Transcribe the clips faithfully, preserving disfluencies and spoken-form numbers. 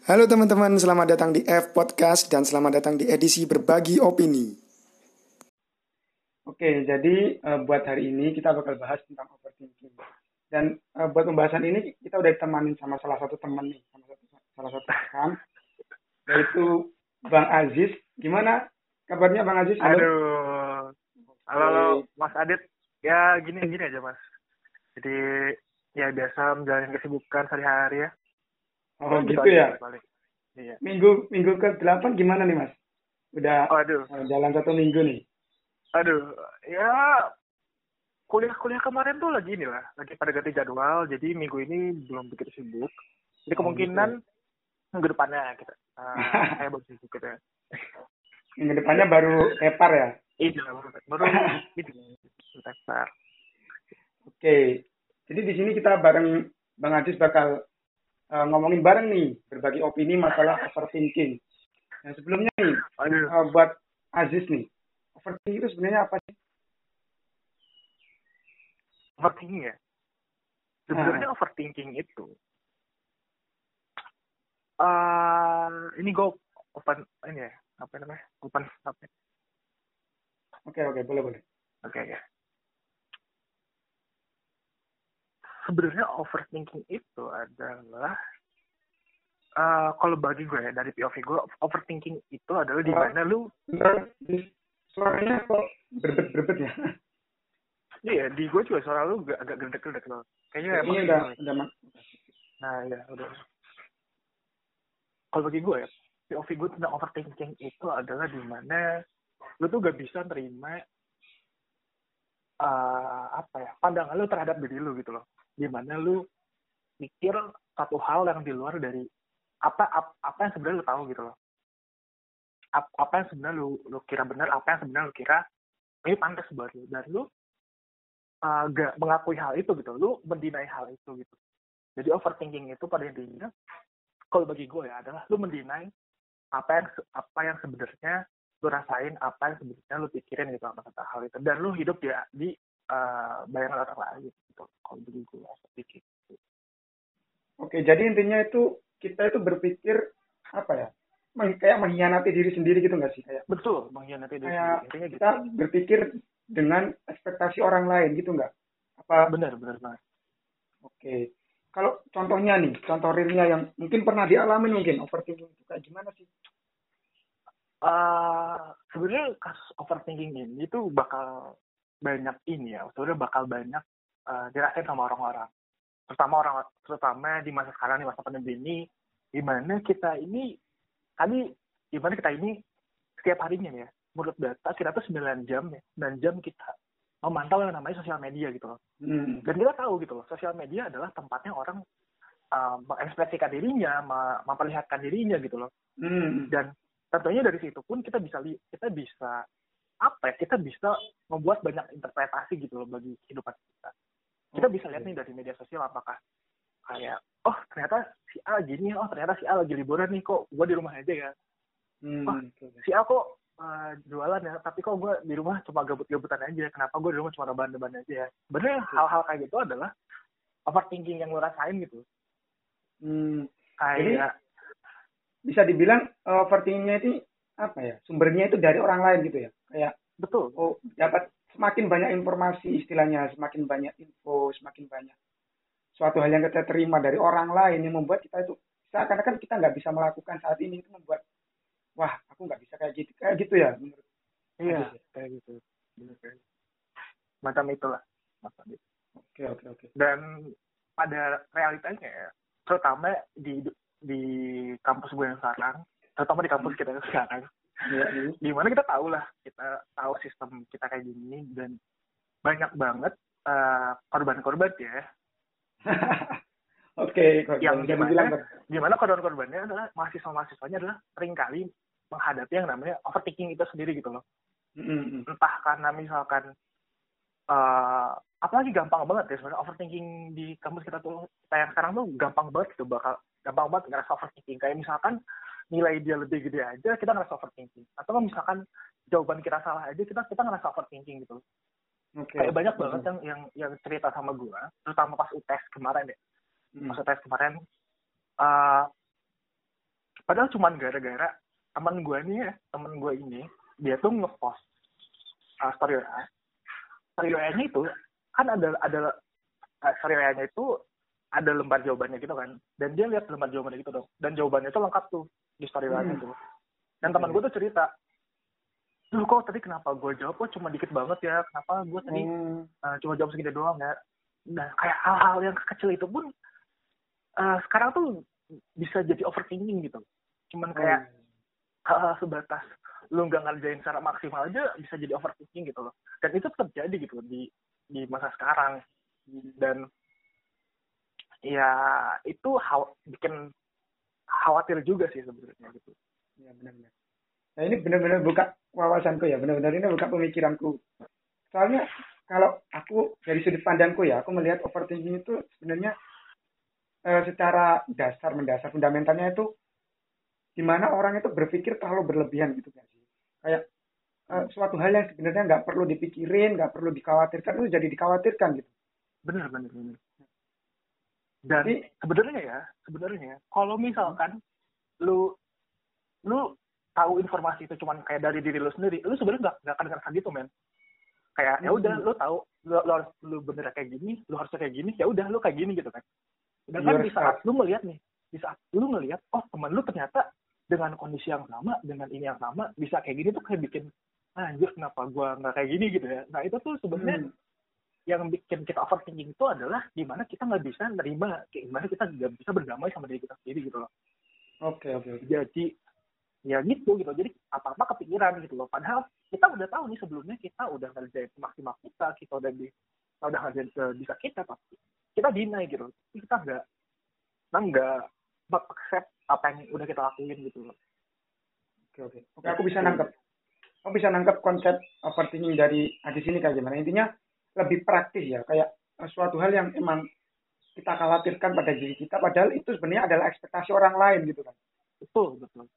Halo teman-teman, selamat datang di F Podcast dan selamat datang di edisi Berbagi Opini. Oke, jadi uh, buat hari ini kita bakal bahas tentang overthinking. Dan uh, buat pembahasan ini kita udah ditemanin sama salah satu teman nih, sama satu, salah satu rekan, yaitu Bang Aziz. Gimana kabarnya Bang Aziz? Halo. Aduh, halo, halo Mas Adit. Ya gini-gini aja Mas. Jadi ya biasa menjalani kesibukan sehari-hari ya. Oh gitu ya. Iya. Minggu minggu ke delapan gimana nih Mas? Udah oh, aduh. jalan satu minggu nih. Aduh, ya kuliah-kuliah kemarin tuh lagi inilah, lagi pada ganti jadwal. Jadi minggu ini belum begitu sibuk. Jadi kemungkinan oh, gitu ya? Minggu depannya kita uh, saya baru sibuk gitu ya. Minggu depannya baru tepar ya? Iya, baru baru gitu. Tepar. Oke. Jadi di sini kita bareng Bang Aziz bakal Uh, ngomongin bareng nih, berbagi opini masalah overthinking. Nah sebelumnya nih, uh, buat Aziz nih, overthinking itu sebenarnya apa sih? Overthinking ya? Sebenarnya nah. overthinking itu, uh, ini gue open, ini ya, apa namanya, open stop ya. Oke, oke, boleh, boleh. Oke, okay, ya. Sebenarnya overthinking itu adalah uh, kalau bagi gue ya, dari P O V gue, overthinking itu adalah di mana lu suaranya kok berbet-berbet ya? Iya, di gue juga suara lu agak, agak gede-gede loh. Kayaknya ini udah, udah mak. Nah, ya udah. Kalau bagi gue ya, P O V gue tentang overthinking itu adalah di mana lu tuh gak bisa terima uh, apa ya, pandangan lu terhadap diri lu gitu loh. Di mana lu mikir satu hal yang di luar dari apa apa, apa yang sebenarnya lu tahu gitu loh. Apa, apa yang sebenarnya lu lu kira benar, apa yang sebenarnya lu kira ini pantas buat lu, dan lu uh, gak mengakui hal itu gitu, lu mendinai hal itu gitu. Jadi overthinking itu pada intinya, kalau bagi gue ya adalah lu mendinai apa yang apa yang sebenarnya lu rasain, apa yang sebenarnya lu pikirin gitu sama hal itu, dan lu hidup di di uh, bayangan orang lain gitu. Kalau bagi gue pikir. Oke, jadi intinya itu kita itu berpikir apa ya? Kayak mengkhianati diri sendiri gitu nggak sih? Kayak betul, mengkhianati diri kayak sendiri. Kita gitu. Berpikir dengan ekspektasi orang lain gitu nggak? Apa? Benar, benar banget. Oke. Kalau contohnya nih, contoh realnya yang mungkin pernah dialami mungkin overthinking itu kayak gimana sih? Uh, sebenarnya kasus overthinking ini itu bakal banyak ini ya, sebenarnya bakal banyak uh, dirasain sama orang-orang. Terutama orang terutama di masa sekarang, di masa pandemi ini, di mana kita ini tadi di mana kita ini setiap harinya ya, menurut data kita tuh sembilan jam ya, sembilan jam kita memantau yang namanya sosial media gitu loh. Hmm. Dan kita tahu gitu loh, sosial media adalah tempatnya orang uh, mengekspresikan dirinya, memperlihatkan dirinya gitu loh. Hmm. Dan tentunya dari situ pun kita bisa kita bisa apa ya, kita bisa membuat banyak interpretasi gitu loh bagi kehidupan kita. Kita bisa lihat nih dari media sosial, apakah kayak, oh ternyata si A gini, oh ternyata si A lagi liburan nih, kok gue di rumah aja ya. Hmm. Oh si A kok uh, jualan ya, tapi kok gue di rumah cuma gabut-gabutan aja, kenapa gue di rumah cuma rebahan-rebahan aja ya. Sebenarnya hmm. hal-hal kayak gitu adalah overthinking yang lo rasain gitu. Hmm. Kayak jadi, bisa dibilang overthinkingnya itu apa ya, sumbernya itu dari orang lain gitu ya. Kayak betul. Oh dapat semakin banyak informasi, istilahnya semakin banyak info, semakin banyak suatu hal yang kita terima dari orang lain yang membuat kita itu seakan-akan kita nggak bisa melakukan saat ini, itu membuat wah aku nggak bisa kayak gitu kayak gitu ya menurut. Iya ya? Kayak gitu. Macam itulah. Macam itu. Oke oke oke. Dan pada realitanya ya, terutama di di kampus gue yang sekarang, terutama di kampus kita yang sekarang, ya, di mana kita tahu lah, kita tahu sistem kita kayak gini, dan banyak banget uh, korban-korban ya. Oke, okay, yang gimana, gimana korban-korbannya adalah mahasiswa-mahasiswanya adalah seringkali menghadapi yang namanya overthinking itu sendiri gitu loh. Mm-hmm. Entah karena misalkan uh, apalagi gampang banget ya sebenarnya overthinking di kampus kita tuh, kita yang sekarang tuh gampang banget gitu, bakal gampang banget ngerasa overthinking. Kayak misalkan nilai dia lebih gede aja kita ngerasa overthinking, atau misalkan jawaban kita salah aja kita kita ngerasa overthinking gitu. Okay. Kayak banyak banget yang yang yang cerita sama gue, terutama pas U T S kemarin ya. Hmm. Pas U T S kemarin, uh, Padahal cuman gara-gara teman gue nih ya, teman gue ini, dia tuh ngepost uh, story W A. Story W A-nya itu kan ada ada uh, story W A-nya itu ada lembar jawabannya gitu kan. Dan dia lihat lembar jawabannya gitu dong. Dan jawabannya itu lengkap tuh di story W A-nya Hmm. tuh. Dan teman gue tuh cerita, "Duh kok tadi kenapa gue jawab kok cuma dikit banget ya? Kenapa gue tadi Oh. uh, cuma jawab segini doang ya?" Nah, kayak hal-hal yang kecil itu pun uh, sekarang tuh bisa jadi overthinking gitu. Cuman Oh, kayak iya. hal-hal sebatas lu nggak ngerjain secara maksimal aja bisa jadi overthinking gitu loh. Dan itu terjadi gitu di di masa sekarang. Dan ya itu haw- bikin khawatir juga sih sebenarnya gitu. Ya, benar-benar. Nah, ini benar-benar buka wawasanku ya, benar-benar ini buka pemikiranku. Soalnya kalau aku dari sudut pandangku ya, aku melihat overthinking itu sebenarnya eh, secara dasar mendasar fundamentalnya itu di mana orang itu berpikir terlalu berlebihan gitu kan sih. Kayak eh, suatu hal yang sebenarnya nggak perlu dipikirin, nggak perlu dikhawatirkan itu jadi dikhawatirkan gitu. Bener bener bener. Dan Jadi sebenarnya ya, sebenarnya kalau misalkan lu lu tahu informasi itu cuman kayak dari diri lu sendiri, lu sebenarnya nggak nggak akan ngerasa gitu men. Kayak ya udah hmm, lu tahu lu, lu harus lu bener kayak gini, lu harusnya kayak gini, ya udah lu kayak gini gitu kan. Sedangkan di saat yourself. lu ngelihat nih, di saat lu ngelihat oh teman lu ternyata dengan kondisi yang sama, dengan ini yang sama bisa kayak gini tuh kayak bikin anjir kenapa gua nggak kayak gini gitu ya. Nah itu tuh sebenarnya Hmm, yang bikin kita overthinking itu adalah gimana kita nggak bisa nerima, gimana kita nggak bisa berdamai sama diri kita sendiri gitu loh. oke oke oke. Jadi ya gitu gitu. Jadi apa-apa kepikiran gitu loh. Padahal kita udah tahu nih sebelumnya kita udah ngerjain maksimal kita, kita udah di kita udah ngerjain bisa kita tapi kita deny gitu. Kita nggak kita nggak accept apa yang udah kita lakuin gitu loh. Oke oke. Oke, aku bisa nangkep. Aku bisa nangkep konsep overthinking dari Adis ini kayak gimana. Intinya lebih praktis ya, kayak eh, suatu hal yang emang kita khawatirkan pada diri kita, padahal itu sebenarnya adalah ekspektasi orang lain gitu kan. Betul betul.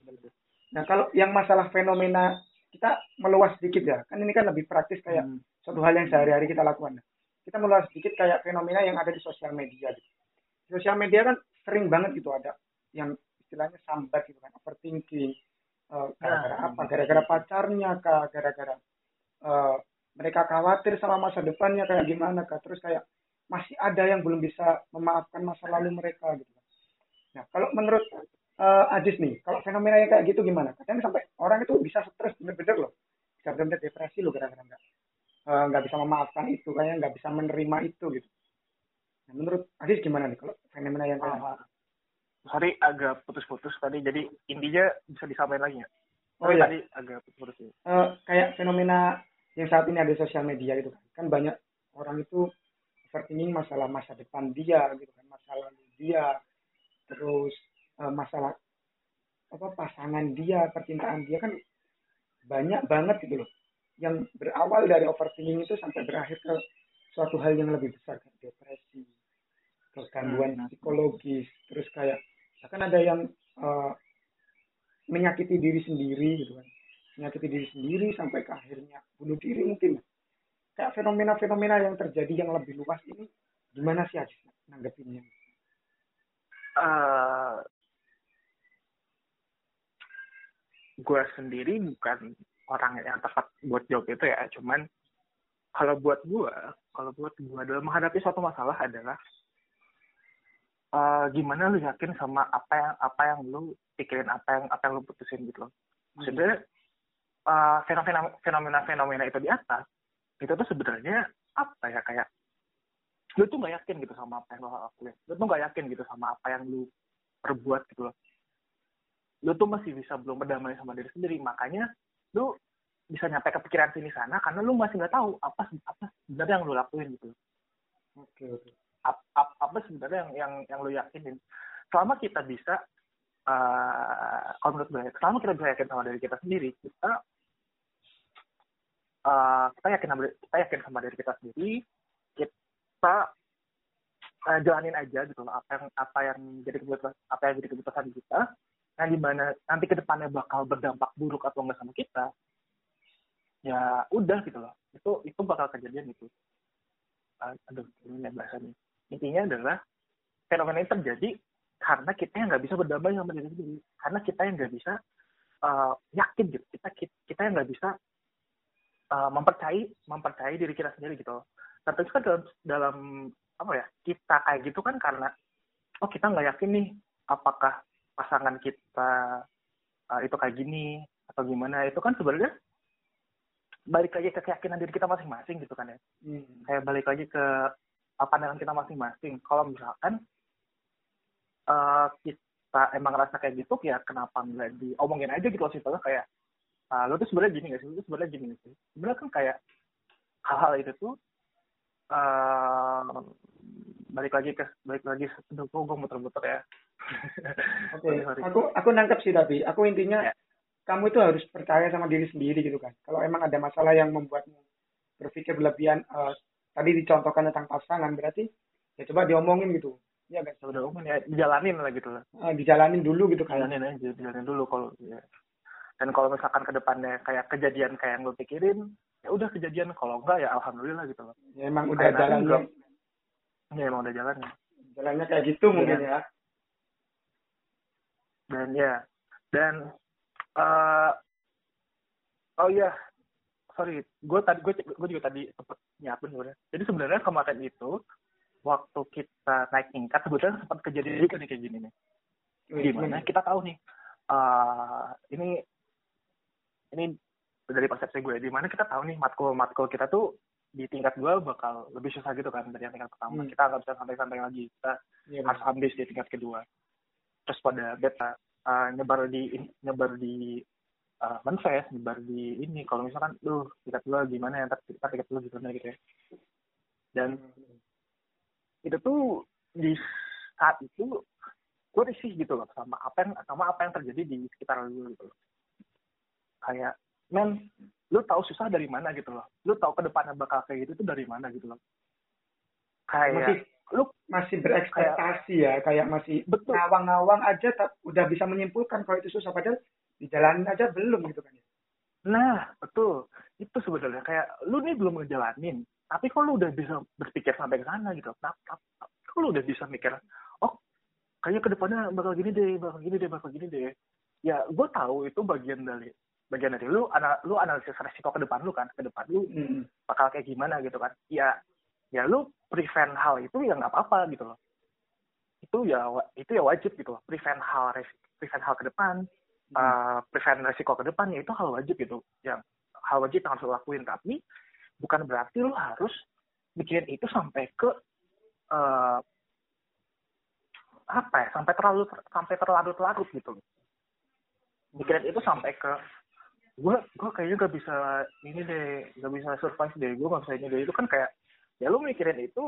Nah, kalau yang masalah fenomena kita meluas sedikit ya, kan ini kan lebih praktis kayak Hmm. suatu hal yang sehari-hari kita lakukan. Nah, kita meluas sedikit kayak fenomena yang ada di sosial media gitu. Di sosial media kan sering banget gitu ada yang istilahnya sambat gitu kan, overthinking. Eh, Nah, gara-gara apa? Gara-gara pacarnya kah? Gara-gara eh, mereka khawatir sama masa depannya kayak gimana kah? Terus kayak masih ada yang belum bisa memaafkan masa lalu mereka gitu. Nah, kalau menurut uh, Ajis nih, kalau fenomena yang kayak gitu gimana? Kadang sampai orang itu bisa stres bener-bener loh. Bisa bener-bener depresi loh gara-gara nggak uh, nggak bisa memaafkan itu, kayaknya nggak bisa menerima itu gitu. Nah, menurut Ajis gimana nih kalau fenomena yang kayak oh, sorry agak putus-putus tadi. Jadi intinya bisa disampaikan lagi ya. oh Sorry ya, tadi agak putus-putus. Ya. uh, kayak fenomena yang saat ini ada di sosial media gitu kan. Kan banyak orang itu overthinking masalah masa depan dia gitu kan, masa lalu dia, terus uh, masalah apa pasangan dia, percintaan dia kan banyak banget gitu loh yang berawal dari overthinking itu sampai berakhir ke suatu hal yang lebih besar kayak depresi, ke gangguan Hmm. psikologis, terus kayak bahkan ada yang uh, menyakiti diri sendiri gitu kan, menyakiti diri sendiri sampai ke akhirnya bunuh diri mungkin. Kayak fenomena-fenomena yang terjadi yang lebih luas ini gimana sih Aziz nanggepinnya? Uh, gue sendiri bukan orang yang tepat buat jawab itu ya. Cuman kalau buat gue, kalau buat gue dalam menghadapi suatu masalah adalah uh, gimana lu yakin sama apa yang apa yang lu pikirin, apa yang apa yang lu putusin gitu loh. Maksudnya uh, fenomena fenomena fenomena itu di atas itu tuh sebenarnya apa ya, kayak lu tuh nggak yakin gitu sama apa yang lu lakuin, lu tuh nggak yakin gitu sama apa yang lu perbuat gitu loh. Lu tuh masih bisa belum berdamai sama diri sendiri, makanya lu bisa nyampe kepikiran sini sana karena lu masih nggak tahu apa apa sebenarnya yang lu lakuin gitu. Oke oke. Apa, apa, apa sebenarnya yang yang yang lu yakinin. Selama kita bisa uh, kalau menurut gue, selama kita bisa yakin sama diri kita sendiri, kita uh, kita yakin sama kita yakin sama diri kita sendiri, kita uh, jalanin aja gitu loh apa yang apa yang jadi keputusan apa yang jadi keputusan kita, yang dimana nanti kedepannya bakal berdampak buruk atau enggak sama kita, ya udah gitu loh, itu itu bakal kejadian itu. Uh, aduh ini bahasanya intinya adalah fenomena ini terjadi karena kita yang nggak bisa berdamai sama diri sendiri, karena kita yang nggak bisa uh, yakin gitu, kita kita yang nggak bisa uh, mempercayai mempercayai diri kita sendiri gitu. Tapi kan dalam dalam apa ya, kita kayak gitu kan karena oh kita nggak yakin nih apakah pasangan kita uh, itu kayak gini atau gimana. Itu kan sebenarnya balik lagi ke keyakinan diri kita masing-masing gitu kan ya. Hmm. Kayak balik lagi ke pandangan kita masing-masing. Kalau misalkan uh, kita emang ngerasa kayak gitu, ya kenapa nggak diomongin aja gitu loh, simpelnya kayak uh, lo tuh sebenarnya gini nggak sih, lo tuh sebenarnya gini nggak sih. Sebenarnya kan kayak hal-hal itu tuh uh, balik lagi ke balik lagi aduh gue muter-muter ya. Oke, okay. aku aku nangkep sih, tapi aku intinya ya, kamu itu harus percaya sama diri sendiri gitu kan. Kalau emang ada masalah yang membuatmu berpikir berlebihan, uh, tadi dicontohkan tentang pasangan, berarti ya coba diomongin gitu. Ya guys, udah omongin ya, dijalanin lah gitu lah. Uh, dijalanin dulu gitu kan. Jalanin aja, dijalanin dulu kalau ya. Dan kalau misalkan ke depannya kayak kejadian kayak yang lo pikirin, ya udah kejadian. Kalau enggak ya alhamdulillah gitu loh. Ya emang udah jalannya. Ya emang udah jalannya. Jalannya kayak gitu ya, mungkin ya. Dan ya, dan uh, oh iya, sorry, gue tadi gue gue juga tadi sempat nyiapin sebenarnya. Jadi sebenarnya kemarin itu waktu kita naik tingkat sebetulnya sempat kejadian juga nih kayak gini nih. Gimana kita tahu nih, uh, ini ini dari persepsi gue, di mana kita tahu nih matkul-matkul kita tuh di tingkat dua bakal lebih susah gitu kan dari yang tingkat pertama. Hmm. Kita nggak bisa santai-santai lagi, kita yeah, harus habis di tingkat kedua. Terus pada beta uh, nyebar di nyebar di uh, manifest, nyebar di ini. Kalau misalkan, duh tingkat dua gimana ya, ntar kita tingkat dua gimana gitu ya. Dan hmm. itu tuh di saat itu gue risih gitu loh sama apa yang sama apa yang terjadi di sekitar lu gitu loh. Kayak, men, lu tahu susah dari mana gitu loh. Lu tahu ke depannya bakal kayak gitu tuh dari mana gitu loh. Kayak masih, lu masih berekspektasi kayak, ya, kayak masih betul ngawang-ngawang aja tak, udah bisa menyimpulkan kalau itu susah, padahal dijalanin aja belum gitu kan ya. Nah, betul. Itu sebenarnya kayak lu nih belum ngejalanin, tapi kok lu udah bisa berpikir sampai ke sana gitu. Nah, kok lu udah bisa mikir, oh, kayaknya ke depannya bakal gini deh, bakal gini deh, bakal gini deh. Ya, gue tahu itu bagian dari bagian dari lu, ana, lu analisis resiko ke depan lu kan, ke depan lu hmm. bakal kayak gimana gitu kan. Ya, ya lu prevent hal itu ya nggak apa-apa gitu loh. Itu ya itu ya wajib gitu loh. Prevent hal prevent hal ke depan, hmm. uh, prevent resiko ke depan ya itu hal wajib gitu. Yang hal wajib yang harus lu lakuin, tapi bukan berarti lu harus mikirin itu sampai ke uh, apa ya, sampai terlalu sampai terlalu larut gitu loh. Mikirin itu sampai ke gue gue kayaknya gak bisa ini deh, gak bisa survive deh, gue gak bisa ini deh. Itu kan kayak ya lu mikirin itu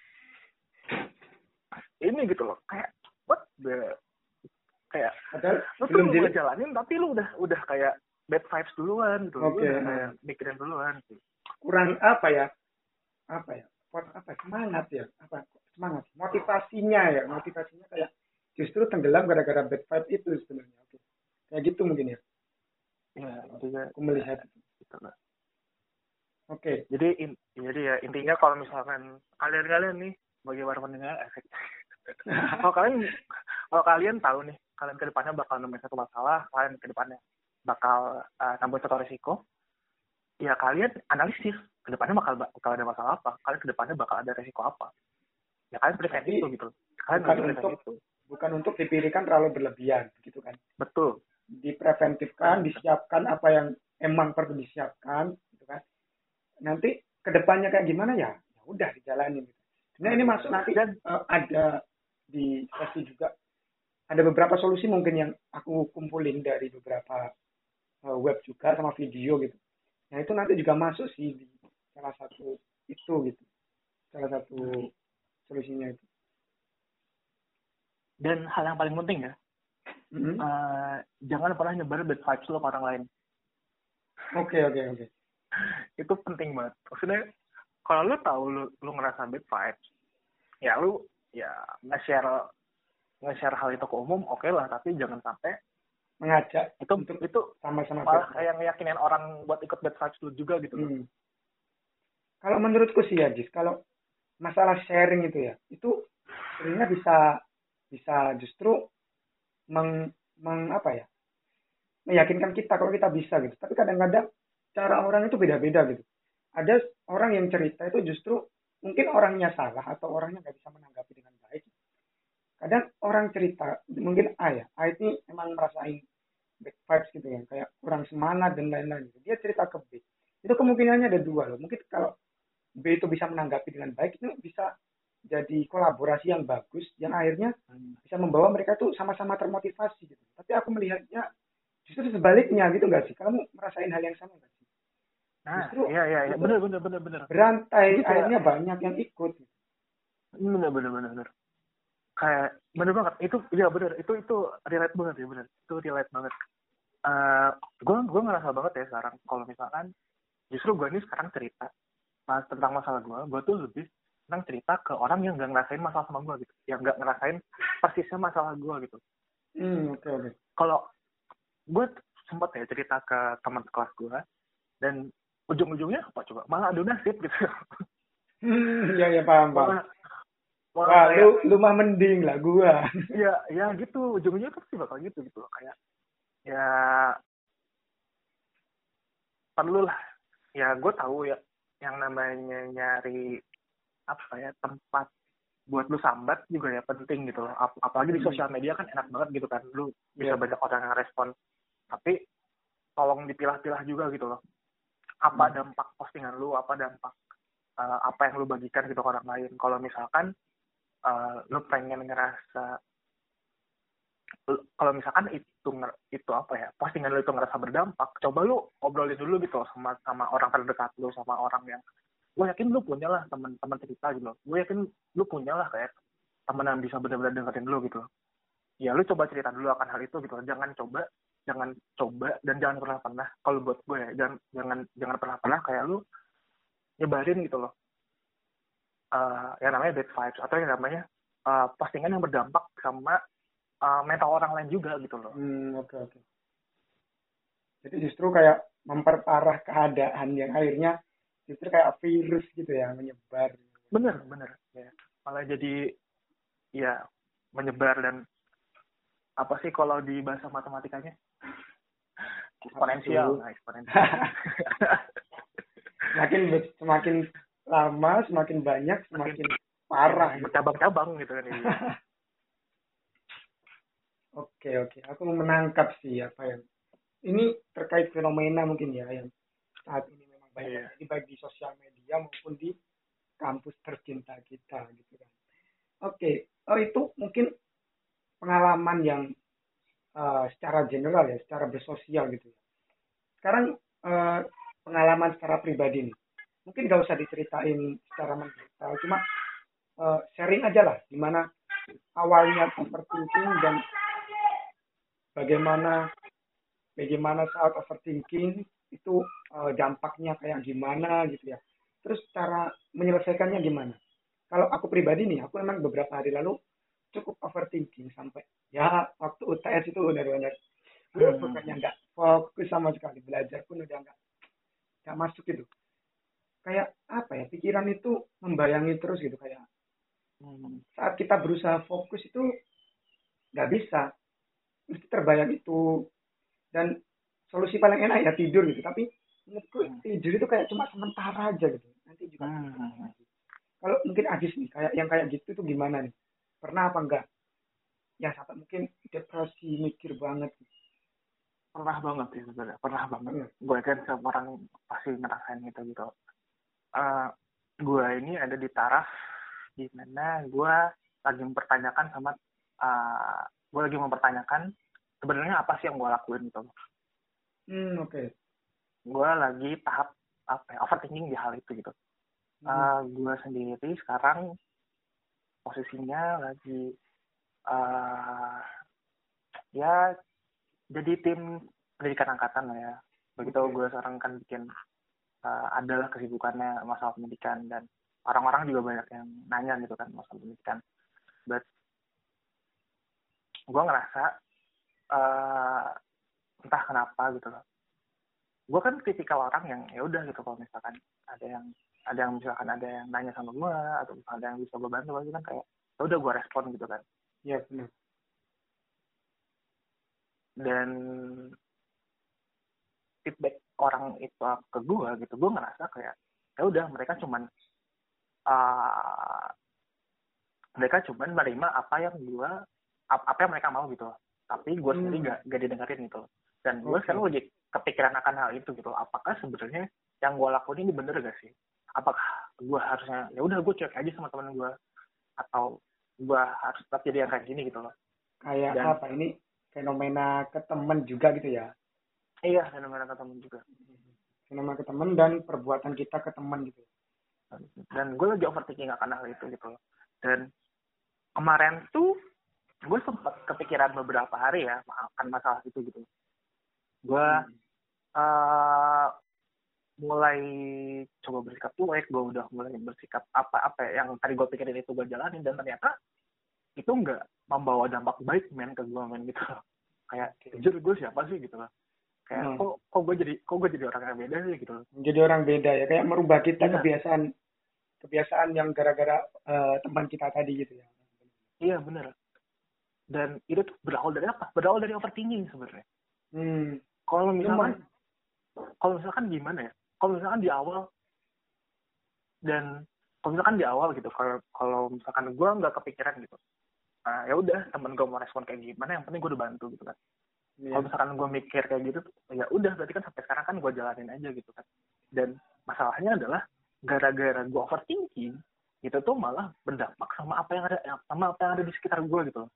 ini gitu loh, kayak what the kayak padahal lu tuh belum ngejalanin tapi lu udah udah kayak bad vibes duluan gitu. Okay. Lu udah kayak mikirin duluan gitu. Kurang apa ya apa ya apa semangat ya apa semangat motivasinya ya motivasinya kayak justru tenggelam gara-gara bad vibe itu sebenarnya. Oke, kayak gitu mungkin ya. Ya, intinya aku melihat gitu lah. Oke. Okay. Jadi in, jadi ya intinya kalau misalkan kalian-kalian nih bagi para pendengar efek. kalau kalian kalau kalian tahu nih kalian ke depannya bakal nemuin satu masalah, kalian ke depannya bakal uh, nambah satu risiko. Ya kalian analisis ke depannya bakal bakal ada masalah apa, kalian ke depannya bakal ada risiko apa. Ya kalian prevent itu gitu. Kalian bukan untuk itu. bukan untuk dipikirkan terlalu berlebihan gitu kan. Betul. Dipreventifkan, disiapkan apa yang emang perlu disiapkan, gitu kan. Nanti kedepannya kayak gimana ya, ya udah dijalanin. Nah ini masuk nanti dan uh, ada di sesi juga ada beberapa solusi mungkin yang aku kumpulin dari beberapa uh, web juga sama video gitu. Nah itu nanti juga masuk sih di salah satu itu gitu, salah satu solusinya itu. Dan hal yang paling penting ya. Mm-hmm. Uh, jangan pernah nyebar bad vibes lo ke orang lain. Oke okay, oke okay, oke. Okay. Itu penting banget. Maksudnya kalau lo tahu lo lo ngerasa bad vibes, ya lo ya nge-share nge-share hal itu ke umum, oke okay lah. Tapi jangan sampai mengajak itu untuk itu sama-sama malah kayak ngeyakinin orang buat ikut bad vibes lo juga gitu. Hmm. Kalau menurutku sih ya, Jis, kalau masalah sharing itu ya, itu sebenarnya bisa bisa justru meng, meng apa ya meyakinkan kita kalau kita bisa gitu. Tapi kadang-kadang cara orang itu beda-beda gitu. Ada orang yang cerita itu justru mungkin orangnya salah atau orangnya nggak bisa menanggapi dengan baik. Kadang orang cerita mungkin A ya, A ini emang merasain bad vibes gitu ya, kayak kurang semangat dan lain-lain gitu. Dia cerita ke B. Itu kemungkinannya ada dua loh. Mungkin kalau B itu bisa menanggapi dengan baik, itu bisa jadi kolaborasi yang bagus, yang akhirnya bisa membawa mereka tuh sama-sama termotivasi gitu. Tapi aku melihatnya justru sebaliknya gitu nggak sih? Kamu merasain hal yang sama nggak sih? Nah, Justru iya iya iya, itu bener bener bener bener. berantai, Itu kayak akhirnya banyak yang ikut. bener bener bener bener. Kayak bener banget. Itu iya bener. Itu itu relate banget ya bener. Itu relate banget. Eh, gue gue ngerasa banget ya sekarang kalau misalkan justru gue ini sekarang cerita mas tentang masalah gue, gue tuh lebih senang cerita ke orang yang nggak ngerasain masalah sama gue gitu, yang nggak ngerasain persisnya masalah gue gitu. Hmm, oke oke. Kalau gue sempat ya cerita ke teman kelas gue dan ujung-ujungnya apa coba malah adu nasib gitu. Hmm, ya ya paham paham. malah malah Wah, kayak lu lu mah mending lah gua. ya ya gitu ujung-ujungnya pasti bakal gitu gitu loh. Kayak ya perlu lah ya gue tahu ya yang namanya nyari apa ya tempat buat lu sambat juga ya penting gitu loh. Ap- apalagi di Hmm, sosial media kan enak banget gitu kan, lu bisa ya. banyak orang yang respon, tapi tolong dipilah-pilah juga gitu loh, apa Hmm. dampak postingan lu, apa dampak uh, apa yang lu bagikan gitu ke orang lain. Kalau misalkan uh, lu pengen ngerasa kalau misalkan itu itu apa ya postingan lu itu ngerasa berdampak, coba lu obrolin dulu gitu loh sama sama orang terdekat lu, sama orang yang gue yakin lu punya lah teman-teman cerita gitu loh. Gue yakin lu punya lah kayak teman yang bisa benar-benar dengerin lu gitu loh. Ya lu coba cerita dulu akan hal itu gitu loh. Jangan coba, jangan coba dan jangan pernah pernah kalau buat gue ya, jangan jangan jangan pernah pernah kayak lu nyebarin gitu loh. Uh, yang namanya bad vibes atau yang namanya uh, postingan yang berdampak sama uh, mental orang lain juga gitu loh. Hmm, oke oke. Jadi justru kayak memperparah keadaan yang akhirnya justru kayak virus gitu ya menyebar. Bener bener ya. Malah jadi ya menyebar dan apa sih kalau di bahasa matematikanya Apa eksponensial, tuh? nah eksponensial. Semakin semakin lama, semakin banyak, Makin semakin parah gitu. bercabang-cabang gitu kan ini. Oke oke. Aku menangkap sih apa yang ini terkait fenomena mungkin ya yang saat ini memang banyak Iya. terjadi baik di sosial media maupun di kampus tercinta kita gitu kan. Oke, oh itu mungkin pengalaman yang uh, secara general ya, secara bersosial gitu ya. Sekarang uh, pengalaman secara pribadi nih, mungkin gak usah diceritain secara mendetail, cuma uh, sharing aja lah, gimana awalnya overthinking dan bagaimana bagaimana saat overthinking itu uh, dampaknya kayak gimana gitu ya. Terus cara menyelesaikannya gimana? Kalau aku pribadi nih, aku memang beberapa hari lalu cukup overthinking sampai ya waktu U T S itu benar-benar uh, Hmm. bukannya nggak fokus sama sekali belajar pun udah nggak nggak masuk gitu. Kayak apa ya pikiran itu membayangi terus gitu kayak Hmm. saat kita berusaha fokus itu nggak bisa mesti terbayang itu dan solusi paling enak ya tidur gitu tapi menurutku Hmm. tidur itu kayak cuma sementara aja gitu nanti juga tidur Hmm. lagi. Kalau mungkin Agis nih kayak yang kayak gitu tuh gimana nih pernah apa enggak ya sampai mungkin depresi mikir banget gitu. Pernah banget ya sebenarnya, pernah banget. Pernah. Gue kan semua orang pasti ngerasain gitu gitu. Uh, gue ini ada di taraf di mana gue lagi mempertanyakan sama uh, gue lagi mempertanyakan sebenarnya apa sih yang gue lakuin gitu. Hmm, oke. Okay. Gue lagi tahap apa ya, overthinking di hal itu gitu. Hmm. Uh, gue sendiri sekarang posisinya lagi uh, ya jadi tim pendidikan angkatan lah ya. Begitu Okay. gue sekarang kan bikin uh, adalah kesibukannya masalah pendidikan dan orang-orang juga banyak yang nanya gitu kan masalah pendidikan. But gue ngerasa uh, entah kenapa gitu loh. Gue kan tipikal orang yang ya udah gitu kalau misalkan ada yang ada yang misalkan ada yang nanya sama gue atau misalkan ada yang bisa gue bantu gitu kan kayak ya udah gue respon gitu kan. Iya benar. Dan feedback orang itu ke gue gitu, gue ngerasa kayak ya udah mereka cuman uh, mereka cuman menerima apa yang gue apa yang mereka mau gitu, tapi gue sendiri Hmm. gak, gak didengerin gitu. Dan gue Oke. sekarang lagi kepikiran akan hal itu gitu, apakah sebenarnya yang gue lakuin ini bener gak sih, apakah gue harusnya ya udah gue cuek aja sama teman gue, atau gue harus tetap jadi yang kayak gini gitu loh. Kayak Dan apa ini, fenomena ke teman juga gitu ya. iya, fenomena ke temen juga. Fenomena ke teman dan perbuatan kita ke teman gitu. Dan gue lagi overthinking akan hal itu gitu loh. Dan kemarin tuh gue sempat kepikiran beberapa hari ya akan masalah itu gitu. Gue Hmm. uh, mulai coba bersikap cuek, gue udah mulai bersikap apa-apa yang tadi gue pikirin itu gue jalanin, dan ternyata itu nggak membawa dampak baik men ke gue men gitu loh. Kayak jujur gue siapa sih gitu loh. Kayak Hmm. kok kok gue jadi kok gue jadi orang yang beda sih gitu loh. Menjadi orang beda ya, kayak merubah kita Iya, kebiasaan kebiasaan yang gara-gara uh, teman kita tadi gitu ya. iya bener. Dan itu tuh berawal dari apa? Berawal dari overthinking sebenarnya. Hmm. Kalau misalkan, Cuman, kalau misalkan gimana ya? Kalau misalkan di awal dan kalau misalkan di awal gitu, kalau kalau misalkan gue nggak kepikiran gitu, nah ya udah temen gue mau respon kayak gimana, yang penting gue udah bantu gitu kan. ya. Kalau misalkan gue mikir kayak gitu, ya udah berarti kan sampai sekarang kan gue jalanin aja gitu kan. Dan masalahnya adalah gara-gara gue overthinking, itu tuh malah berdampak sama apa yang ada, sama apa yang ada di sekitar gue gitu loh.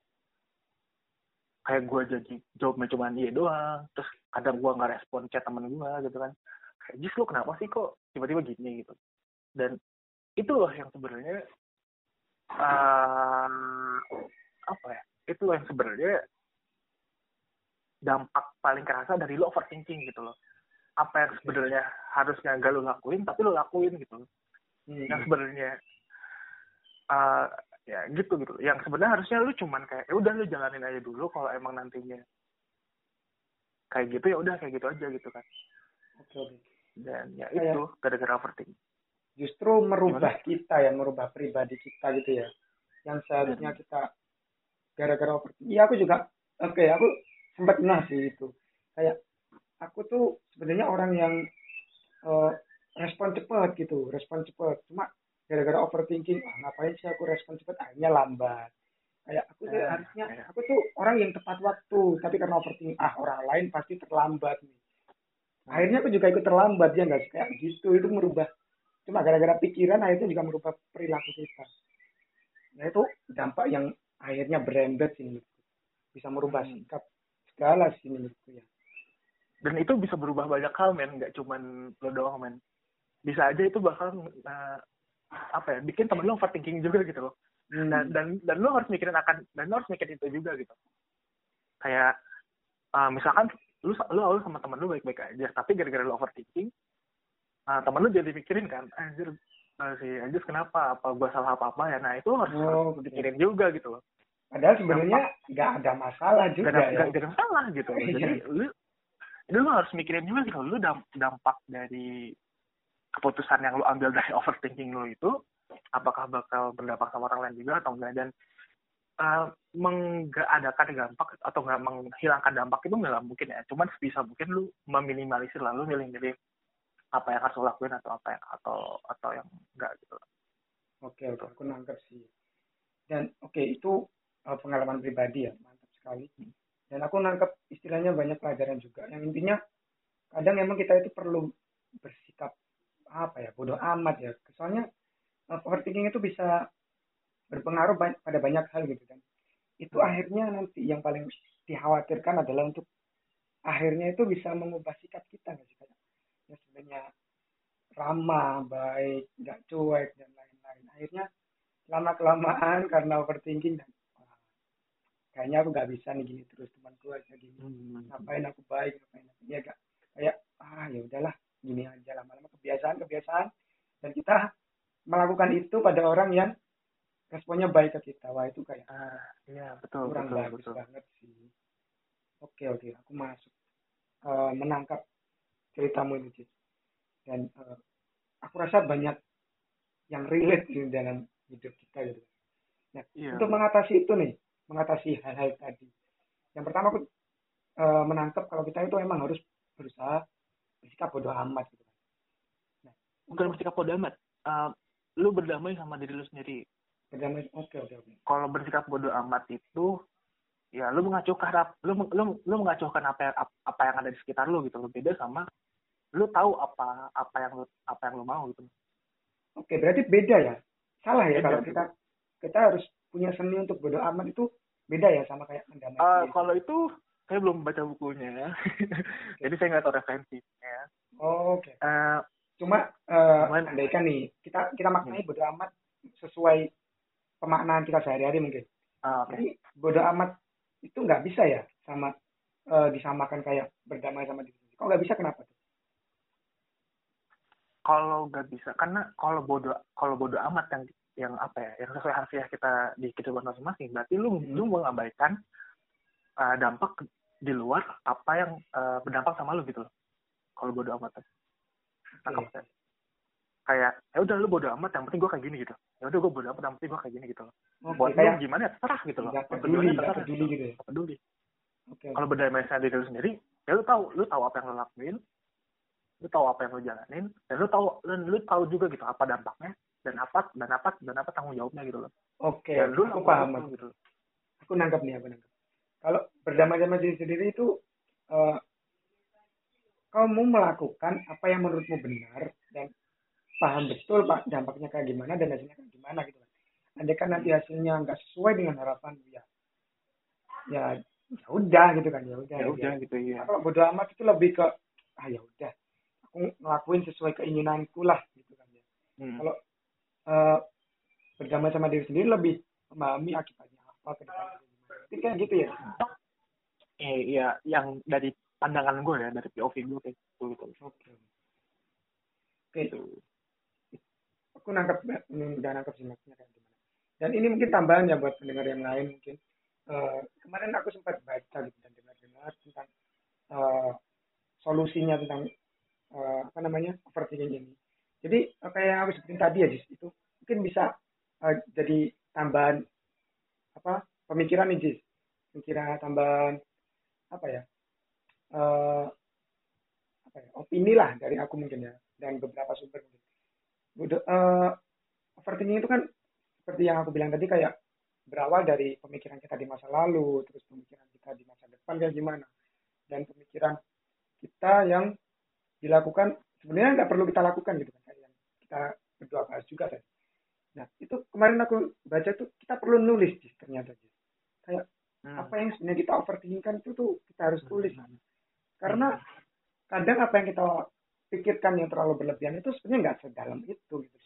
Kayak gue jadi jawabnya cuma iya doang, terus kadang gue nggak respon chat temen gue gitu kan, kayak Jis lo kenapa sih kok tiba-tiba gini gitu. Dan itu loh yang sebenarnya uh, apa ya, itu loh yang sebenarnya dampak paling kerasa dari lo overthinking gitu loh. Apa yang sebenarnya harusnya gak lo lakuin tapi lo lakuin gitu loh. Hmm. Yang sebenarnya uh, ya gitu gitu, yang sebenarnya harusnya lu cuman kayak ya udah lu jalanin aja dulu, kalau emang nantinya kayak gitu ya udah kayak gitu aja gitu kan. Oke, oke. Dan ya Kayak itu gara-gara overthinking justru merubah gimana. kita ya, merubah pribadi kita gitu ya. Yang seharusnya Dan kita gara-gara overthinking. Iya aku juga, oke aku sempat pernah sih itu. Kayak aku tuh sebenarnya orang yang eh, respon cepat gitu, respon cepat. Cuma gara-gara overthinking, ah, ngapain sih aku respon cepat, akhirnya lambat. Kayak aku tuh eh, harusnya, ya, aku tuh orang yang tepat waktu, tapi karena overthinking, ah orang lain pasti terlambat nih. hmm, Akhirnya aku juga ikut terlambat ya nggak sih? Kayak gitu itu merubah. Cuma gara-gara pikiran akhirnya juga merubah perilaku kita. Nah itu dampak yang akhirnya berembet sih menurutku. Bisa merubah hmm. sikap segala sih menurutku ya. Dan itu bisa berubah banyak hal men, nggak cuman lo doang men. Bisa aja itu bakal uh, apa ya, bikin temen lo overthinking juga gitu loh. Dan Hmm. dan dan lo harus mikirin akan dan lo harus mikirin itu juga gitu. Kayak uh, misalkan lu lu awal sama temen lu baik-baik aja, tapi gara-gara lu overthinking, uh, temen lu jadi mikirin kan, anjir uh, si Anjir kenapa, apa gua salah apa-apa ya. Nah itu harus harus Oke. pikirin juga gitu loh. Padahal sebenarnya Dampak nggak ada masalah gak ada juga ya. gak, gak ada masalah gitu loh. Jadi Iya. lu lu harus mikirin juga gitu, lu dampak dari keputusan yang lu ambil dari overthinking lu itu apakah bakal berdampak sama orang lain juga atau enggak. Dan uh, mengadakan dampak atau nggak menghilangkan dampak itu nggak mungkin ya, cuman sebisa mungkin lu meminimalisir, lalu milih-milih apa yang harus lo lakuin atau apa yang atau atau yang enggak gitu. Oke, Gitu. oke, aku nangkep sih. Dan oke, itu uh, pengalaman pribadi ya, mantap sekali. Dan aku nangkep istilahnya banyak pelajaran juga. Yang intinya kadang emang kita itu perlu bersikap apa ya, bodoh amat ya. Soalnya uh, overthinking itu bisa berpengaruh ba- pada banyak hal gitu kan. Itu Hmm. akhirnya nanti yang paling dikhawatirkan adalah untuk akhirnya itu bisa mengubah sikap kita nggak sih, kayak ya sebenarnya ramah, baik, nggak cuek dan lain-lain. Akhirnya lama kelamaan karena overthinking dan wah, kayaknya aku nggak bisa nih gini terus, temanku aja gini, Hmm. ngapain aku baik, ngapain aku ya gak, kayak ah ya udahlah gini aja, lama-lama kebiasaan kebiasaan dan kita melakukan itu pada orang yang responnya baik ke kita. Wah itu kayak Ah, iya betul kurang betul bagus betul. banget sih. Oke, oke, aku masuk. Eh, menangkap ceritamu ini Cid. Dan eh, aku rasa banyak yang relate di dalam hidup kita gitu. Nah, Iya untuk betul. mengatasi itu nih, mengatasi hal-hal tadi. Yang pertama aku uh, menangkap kalau kita itu emang harus berusaha bersikap bodoh amat gitu. Nah, bukan bersikap bodoh amat. Uh, lu berdamai sama diri lu sendiri. Berdamai, oke oke oke. Kalau bersikap bodoh amat itu ya lu mengacuhkan lu lu lu mengacuhkan apa apa yang ada di sekitar lu gitu. Lu beda sama lu tahu apa apa yang lu apa yang lu mau gitu. Oke, berarti beda ya. Salah ya beda, kalau kita kita harus punya seni untuk bodoh amat itu beda ya sama kayak mendamai. Uh, kalau itu saya belum baca bukunya, jadi saya nggak tahu referensinya. Oh, oke. Okay. Uh, Cuma uh, andaikan nih kita kita maknai hmm. bodoh amat sesuai pemaknaan kita sehari-hari mungkin. Uh, okay. Jadi bodoh amat itu nggak bisa ya sama uh, disamakan kayak berdamai sama diri sendiri. Kok nggak bisa, kenapa tuh? Kalau nggak bisa, karena kalau bodoh kalau bodoh amat yang yang apa ya, yang sesuai harfiah kita di kehidupan masing-masing, berarti lu hmm. lu mengabaikan uh, dampak di luar apa yang uh, berdampak sama lu gitu loh. Kalau bodoh amat, okay. Kayak ya udah lu bodoh amat, yang penting gue kayak gini gitu. Ya udah gue bodoh amat, yang penting gue kayak gini gitu loh. Okay. Buat kayak, lu gimana terserah gitu loh. Gak peduli, gak peduli gitu. Gak peduli. Okay. Kalau berdamai sama diri lu sendiri, ya lu tahu, lu tahu apa yang lu lakuin, lu tahu apa yang lu jalanin, dan lu tahu dan lu tahu juga gitu apa dampaknya dan apa dan apa dan apa tanggung jawabnya gitu loh. Oke. Okay. Lu aku paham gitu. Aku nangkep nih, aku nangkep. Kalau berdamai sama diri sendiri itu uh, kamu melakukan apa yang menurutmu benar dan paham betul pak dampaknya kayak gimana dan hasilnya kayak gimana gitu kan. Andai kan nanti hasilnya nggak sesuai dengan harapan ya, ya ya udah gitu kan, ya udah. Ya udah gitu ya. Kalau bodo amat itu lebih ke ah ya udah, aku ngelakuin sesuai keinginanku lah gitu kan ya. Hmm. Kalau uh, berdamai sama diri sendiri lebih memahami akibatnya apa ke depan gimana. Itu kayak gitu ya. Eh iya, yang dari pandangan gue ya, dari P O V gue kayak gitu gitu. Oke. Oke. Itu. Aku nangkep, udah nangkep sih maksudnya kayak gimana. Dan ini mungkin tambahan ya buat pendengar yang lain mungkin. Uh, kemarin aku sempat baca gitu dan dengar-dengar tentang uh, solusinya tentang uh, apa namanya overthinking ini. Jadi uh, kayak yang aku sebutin tadi ya, Jis, itu mungkin bisa uh, jadi tambahan apa pemikiran nih, Jis. Pemikiran tambahan apa ya? Uh, apa ya? Opini lah dari aku mungkin ya, dan beberapa sumber mungkin. Uh, overthinking itu kan seperti yang aku bilang tadi kayak berawal dari pemikiran kita di masa lalu, terus pemikiran kita di masa depan kayak gimana, dan pemikiran kita yang dilakukan sebenarnya nggak perlu kita lakukan gitu kan, kayak yang kita berdua bahas juga tadi. Nah itu kemarin aku baca tuh kita perlu nulis sih ternyata sih. Kayak hmm. apa yang sebenarnya kita overthinkingkan itu tuh kita harus tulis, hmm. karena kadang apa yang kita pikirkan yang terlalu berlebihan itu sebenarnya nggak sedalam itu gitu.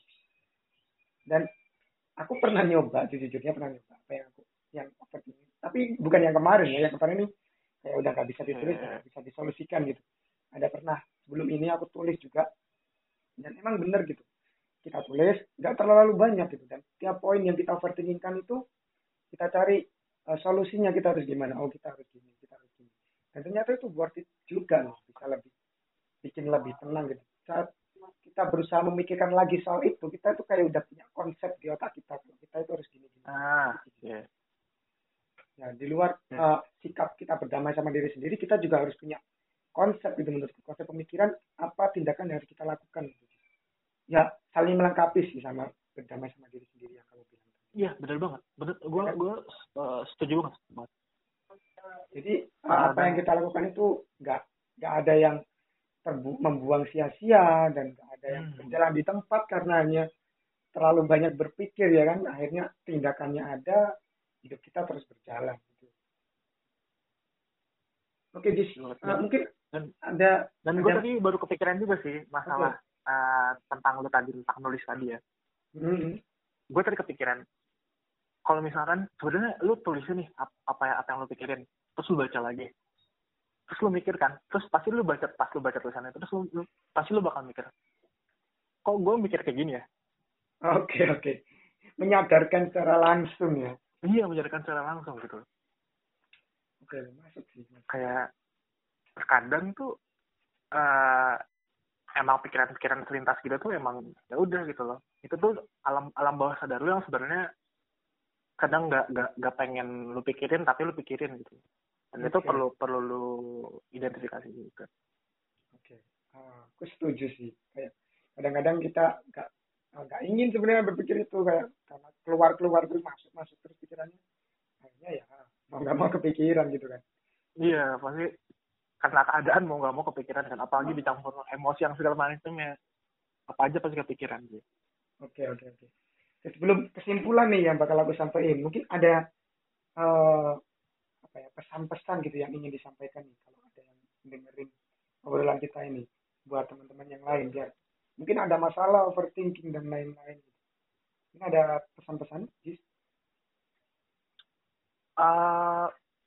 Dan aku pernah nyoba, jujurnya pernah nyoba apa yang aku yang overthinking. Tapi bukan yang kemarin ya, yang kemarin ini kayak udah nggak bisa ditulis, nggak bisa disolusikan gitu. Ada pernah sebelum ini aku tulis juga, dan emang bener gitu. Kita tulis nggak terlalu banyak gitu, dan tiap poin yang kita overthinkingkan itu kita cari uh, solusinya, kita harus gimana? Oh kita harus gini, kita harus gini. Dan ternyata itu worth it juga loh, bisa lebih bikin lebih tenang gitu. Saat kita berusaha memikirkan lagi soal itu, kita itu kayak udah punya konsep di otak kita, kita itu harus gini-gini. Ah, iya. Yeah. Ya, di luar yeah. uh, sikap kita berdamai sama diri sendiri, kita juga harus punya konsep gitu, menurut konsep pemikiran apa tindakan yang harus kita lakukan. Gitu. Ya, saling melengkapi sih sama berdamai sama diri sendiri yang kamu bilang. Iya, benar banget. Benar, gue gue uh, setuju banget. Jadi uh, apa yang kita lakukan itu nggak nggak ada yang terbu- membuang sia-sia dan nggak ada yang hmm. berjalan di tempat karena hanya terlalu banyak berpikir ya kan, akhirnya tindakannya ada, hidup kita terus berjalan gitu. Oke, Jis, uh, mungkin dan, ada dan gue tadi baru kepikiran juga sih masalah okay. uh, tentang lu tadi tentang nulis tadi ya. Mm-hmm. Gue tadi kepikiran kalau misalkan sebenarnya lu tulisin nih apa ya apa yang lu pikirin, terus lu baca lagi, terus lu mikir kan, terus pasti lu baca pas lu baca tulisannya, terus lu, lu pasti lu bakal mikir, kok gue mikir kayak gini ya? Oke okay, oke, okay. Menyadarkan secara langsung ya? Iya, menyadarkan secara langsung gitu. Oke, okay, masuk sih. Kayak terkadang tuh uh, emang pikiran-pikiran selintas gitu tuh emang ya udah gitu loh. Itu tuh alam alam bawah sadar lu yang sebenarnya kadang nggak nggak nggak pengen lu pikirin tapi lu pikirin gitu. Dan itu Oke. perlu perlu lu identifikasi juga. Oke. Ah, aku setuju sih. Kayak kadang-kadang kita nggak nggak ingin sebenarnya berpikir itu kayak karena keluar-keluar terus masuk-masuk terus pikirannya. Akhirnya ya mau nggak mau kepikiran gitu kan. Iya, pasti karena keadaan mau nggak mau kepikiran kan, apalagi dicampur emosi yang segala macamnya, apa aja pasti kepikiran gitu. Oke, oke, oke. Terus sebelum kesimpulan nih yang bakal aku sampaikan, mungkin ada eh, apa ya pesan-pesan gitu yang ingin disampaikan nih kalau ada yang dengerin obrolan kita ini buat teman-teman yang lain biar mungkin ada masalah overthinking dan lain-lain. Ini ada pesan-pesan, Jis? Uh,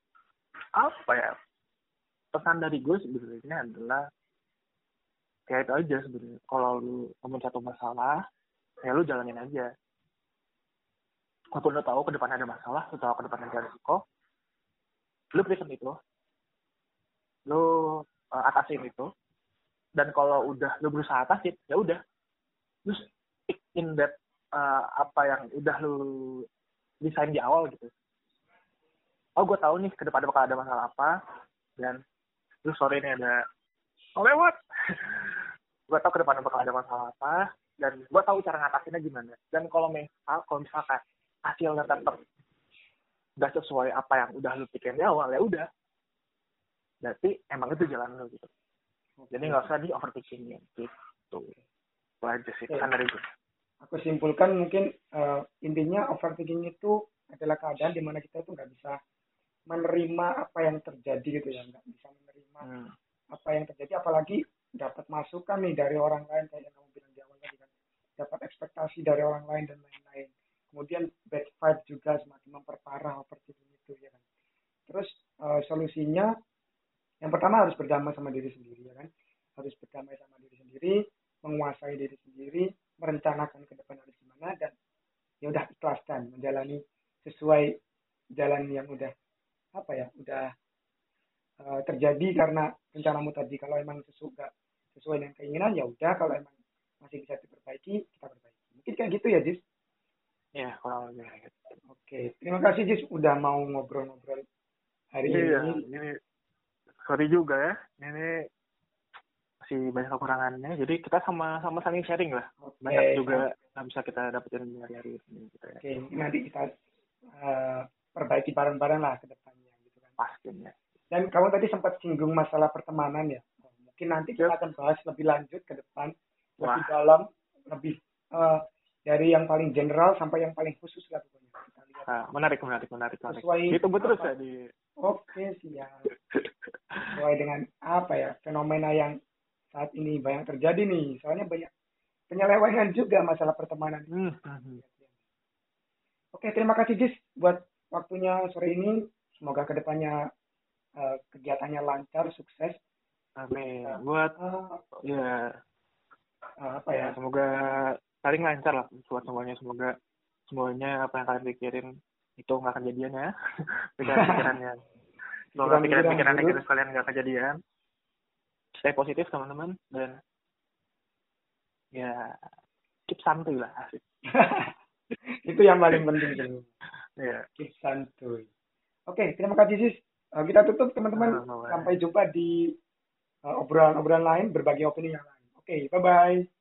apa ya, pesan dari gue sebenarnya adalah kayak itu aja sebenarnya. Kalau lu ngomong satu masalah, ya lu jalanin aja. Walaupun lu tahu ke depan ada masalah, lu tahu ke depan ada risiko, lu present itu, lu uh, atasin itu. Dan kalau udah lu berusaha atasin, ya udah, lu stick in that uh, apa yang udah lu desain di awal gitu. Oh, gue tahu nih ke depan bakal ada masalah apa, dan lu sorry nih ada oh lewat. Gue tahu ke depan bakal ada masalah apa, dan gue tahu cara ngatasinnya gimana. Dan kalau misal, kalau misalkan hasilnya tetap nggak sesuai apa yang udah lu pikirin di awal, ya udah. Berarti emang itu jalan lu gitu. Jadi nggak usah di overthinking gitu. Itu aja sih pesan dari gue. Aku simpulkan mungkin uh, intinya overthinking itu adalah keadaan di mana kita itu nggak bisa menerima apa yang terjadi gitu ya, nggak bisa menerima hmm. apa yang terjadi, apalagi dapat masukan nih dari orang lain kayak yang kamu bilang di awal tadi kan, dapat ekspektasi dari orang lain dan lain-lain. Kemudian bad vibe juga semakin memperparah overthinking itu ya kan. Terus uh, solusinya yang pertama harus berdamai sama diri sendiri ya kan, harus berdamai sama diri sendiri, menguasai diri sendiri, merencanakan ke depan harus gimana, dan ya udah ikhlaskan menjalani sesuai jalan yang udah apa ya udah uh, terjadi karena rencanamu tadi. Kalau emang sesuai sesuai dengan keinginan ya udah, kalau emang masih bisa diperbaiki kita perbaiki. Mungkin kayak gitu ya, Jis? Ya, kurang lebih. Oke, terima kasih Jis udah mau ngobrol-ngobrol hari iya, ini. Ini sorry juga ya, ini masih banyak kekurangannya. Jadi kita sama-sama saling sharing lah. Oke, banyak juga yang bisa kita dapetin dari hari ini. Gitu ya. Oke, nanti kita uh, perbaiki bareng-bareng lah ke depannya gitu kan. Pastinya. Dan kamu tadi sempat singgung masalah pertemanan ya. Oh, mungkin nanti kita akan bahas lebih lanjut ke depan, lebih Wah. dalam, lebih uh, dari yang paling general sampai yang paling khusus lah pokoknya. Kita lihat. Nah, menarik, menarik, menarik, menarik. Sesuai ditunggu terus ya di. Oke, siap. Sesuai dengan apa ya fenomena yang saat ini banyak terjadi nih. Soalnya banyak penyelewengan juga masalah pertemanan. Hmm. Oke, terima kasih Jis buat waktunya sore ini. Semoga kedepannya uh, kegiatannya lancar, sukses. Amin. Uh, buat uh, ya uh, apa ya? Semoga paling lancar lah buat semuanya. Semoga semuanya apa yang kalian pikirin itu nggak kejadian ya. Pikiran-pikirannya. Semoga pikiran-pikiran negatif kalian nggak kejadian. Stay positif teman-teman dan ya keep santuy lah asik. Itu yang paling penting sih. Ya. Keep santuy. Oke, terima kasih Sis. Uh, kita tutup teman-teman. Sampai jumpa di uh, obrolan-obrolan lain, berbagi opini yang lain. Oke, bye-bye.